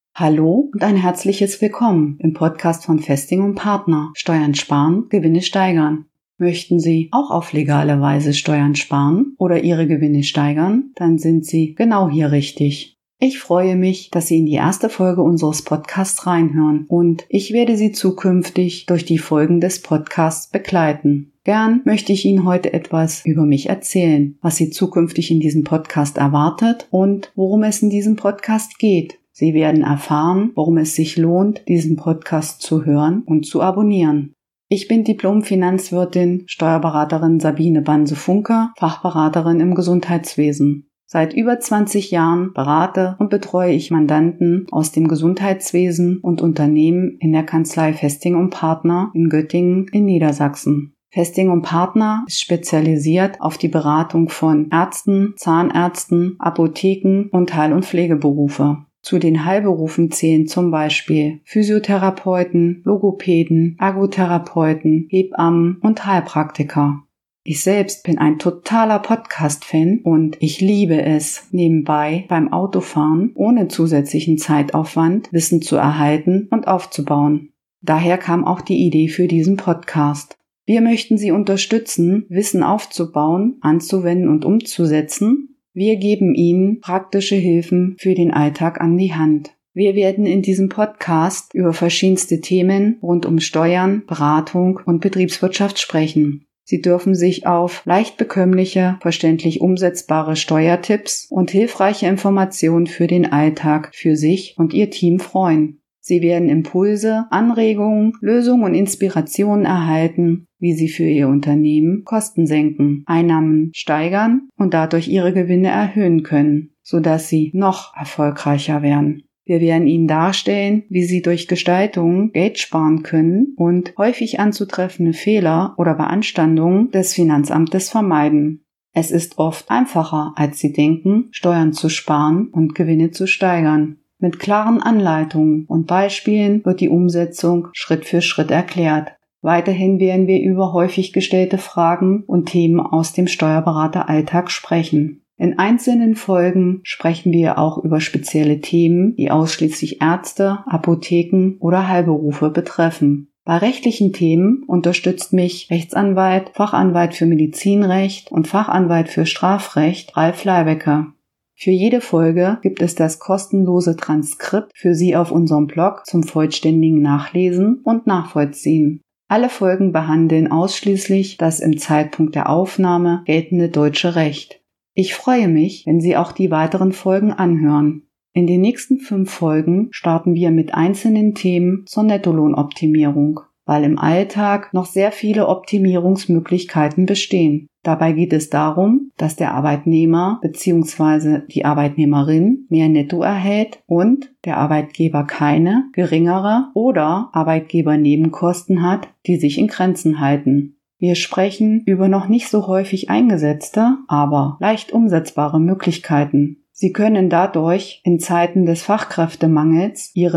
Hallo und ein herzliches Willkommen im Podcast von Festing & Partner. Steuern sparen, Gewinne steigern. Möchten Sie auch auf legale Weise Steuern sparen oder Ihre Gewinne steigern? Dann sind Sie genau hier richtig. Ich freue mich, dass Sie in die erste Folge unseres Podcasts reinhören und ich werde Sie zukünftig durch die Folgen des Podcasts begleiten. Gern möchte ich Ihnen heute etwas über mich erzählen, was Sie zukünftig in diesem Podcast erwartet und worum es in diesem Podcast geht. Sie werden erfahren, warum es sich lohnt, diesen Podcast zu hören und zu abonnieren. Ich bin Diplom-Finanzwirtin, Steuerberaterin Sabine Banse-Funker, Fachberaterin im Gesundheitswesen. Seit über 20 Jahren berate und betreue ich Mandanten aus dem Gesundheitswesen und Unternehmen in der Kanzlei Festing & Partner in Göttingen in Niedersachsen. Festing & Partner ist spezialisiert auf die Beratung von Ärzten, Zahnärzten, Apotheken und Heil- und Pflegeberufe. Zu den Heilberufen zählen zum Beispiel Physiotherapeuten, Logopäden, Ergotherapeuten, Hebammen und Heilpraktiker. Ich selbst bin ein totaler Podcast-Fan und ich liebe es, nebenbei beim Autofahren ohne zusätzlichen Zeitaufwand Wissen zu erhalten und aufzubauen. Daher kam auch die Idee für diesen Podcast. Wir möchten Sie unterstützen, Wissen aufzubauen, anzuwenden und umzusetzen. Wir geben Ihnen praktische Hilfen für den Alltag an die Hand. Wir werden in diesem Podcast über verschiedenste Themen rund um Steuern, Beratung und Betriebswirtschaft sprechen. Sie dürfen sich auf leicht bekömmliche, verständlich umsetzbare Steuertipps und hilfreiche Informationen für den Alltag für sich und Ihr Team freuen. Sie werden Impulse, Anregungen, Lösungen und Inspirationen erhalten, wie Sie für Ihr Unternehmen Kosten senken, Einnahmen steigern und dadurch Ihre Gewinne erhöhen können, sodass Sie noch erfolgreicher werden. Wir werden Ihnen darstellen, wie Sie durch Gestaltung Geld sparen können und häufig anzutreffende Fehler oder Beanstandungen des Finanzamtes vermeiden. Es ist oft einfacher, als Sie denken, Steuern zu sparen und Gewinne zu steigern. Mit klaren Anleitungen und Beispielen wird die Umsetzung Schritt für Schritt erklärt. Weiterhin werden wir über häufig gestellte Fragen und Themen aus dem Steuerberateralltag sprechen. In einzelnen Folgen sprechen wir auch über spezielle Themen, die ausschließlich Ärzte, Apotheken oder Heilberufe betreffen. Bei rechtlichen Themen unterstützt mich Rechtsanwalt, Fachanwalt für Medizinrecht und Fachanwalt für Strafrecht Ralf Leibecker. Für jede Folge gibt es das kostenlose Transkript für Sie auf unserem Blog zum vollständigen Nachlesen und Nachvollziehen. Alle Folgen behandeln ausschließlich das im Zeitpunkt der Aufnahme geltende deutsche Recht. Ich freue mich, wenn Sie auch die weiteren Folgen anhören. In den nächsten 5 Folgen starten wir mit einzelnen Themen zur Nettolohnoptimierung, weil im Alltag noch sehr viele Optimierungsmöglichkeiten bestehen. Dabei geht es darum, dass der Arbeitnehmer bzw. die Arbeitnehmerin mehr Netto erhält und der Arbeitgeber keine, geringere oder Arbeitgebernebenkosten hat, die sich in Grenzen halten. Wir sprechen über noch nicht so häufig eingesetzte, aber leicht umsetzbare Möglichkeiten. Sie können dadurch in Zeiten des Fachkräftemangels Ihre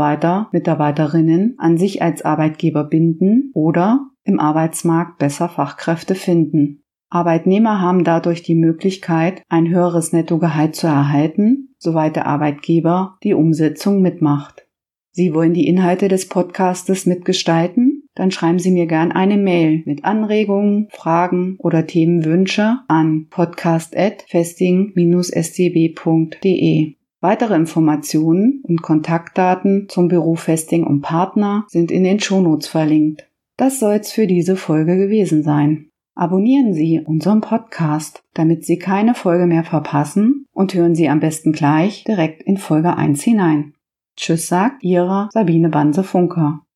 Mitarbeiterinnen an sich als Arbeitgeber binden oder im Arbeitsmarkt besser Fachkräfte finden. Arbeitnehmer haben dadurch die Möglichkeit, ein höheres Nettogehalt zu erhalten, soweit der Arbeitgeber die Umsetzung mitmacht. Sie wollen die Inhalte des Podcastes mitgestalten? Dann schreiben Sie mir gern eine Mail mit Anregungen, Fragen oder Themenwünsche an podcast@festing-stb.de. Weitere Informationen und Kontaktdaten zum Büro Festing & Partner sind in den Shownotes verlinkt. Das soll's für diese Folge gewesen sein. Abonnieren Sie unseren Podcast, damit Sie keine Folge mehr verpassen und hören Sie am besten gleich direkt in Folge 1 hinein. Tschüss sagt Ihre Sabine Banse-Funker.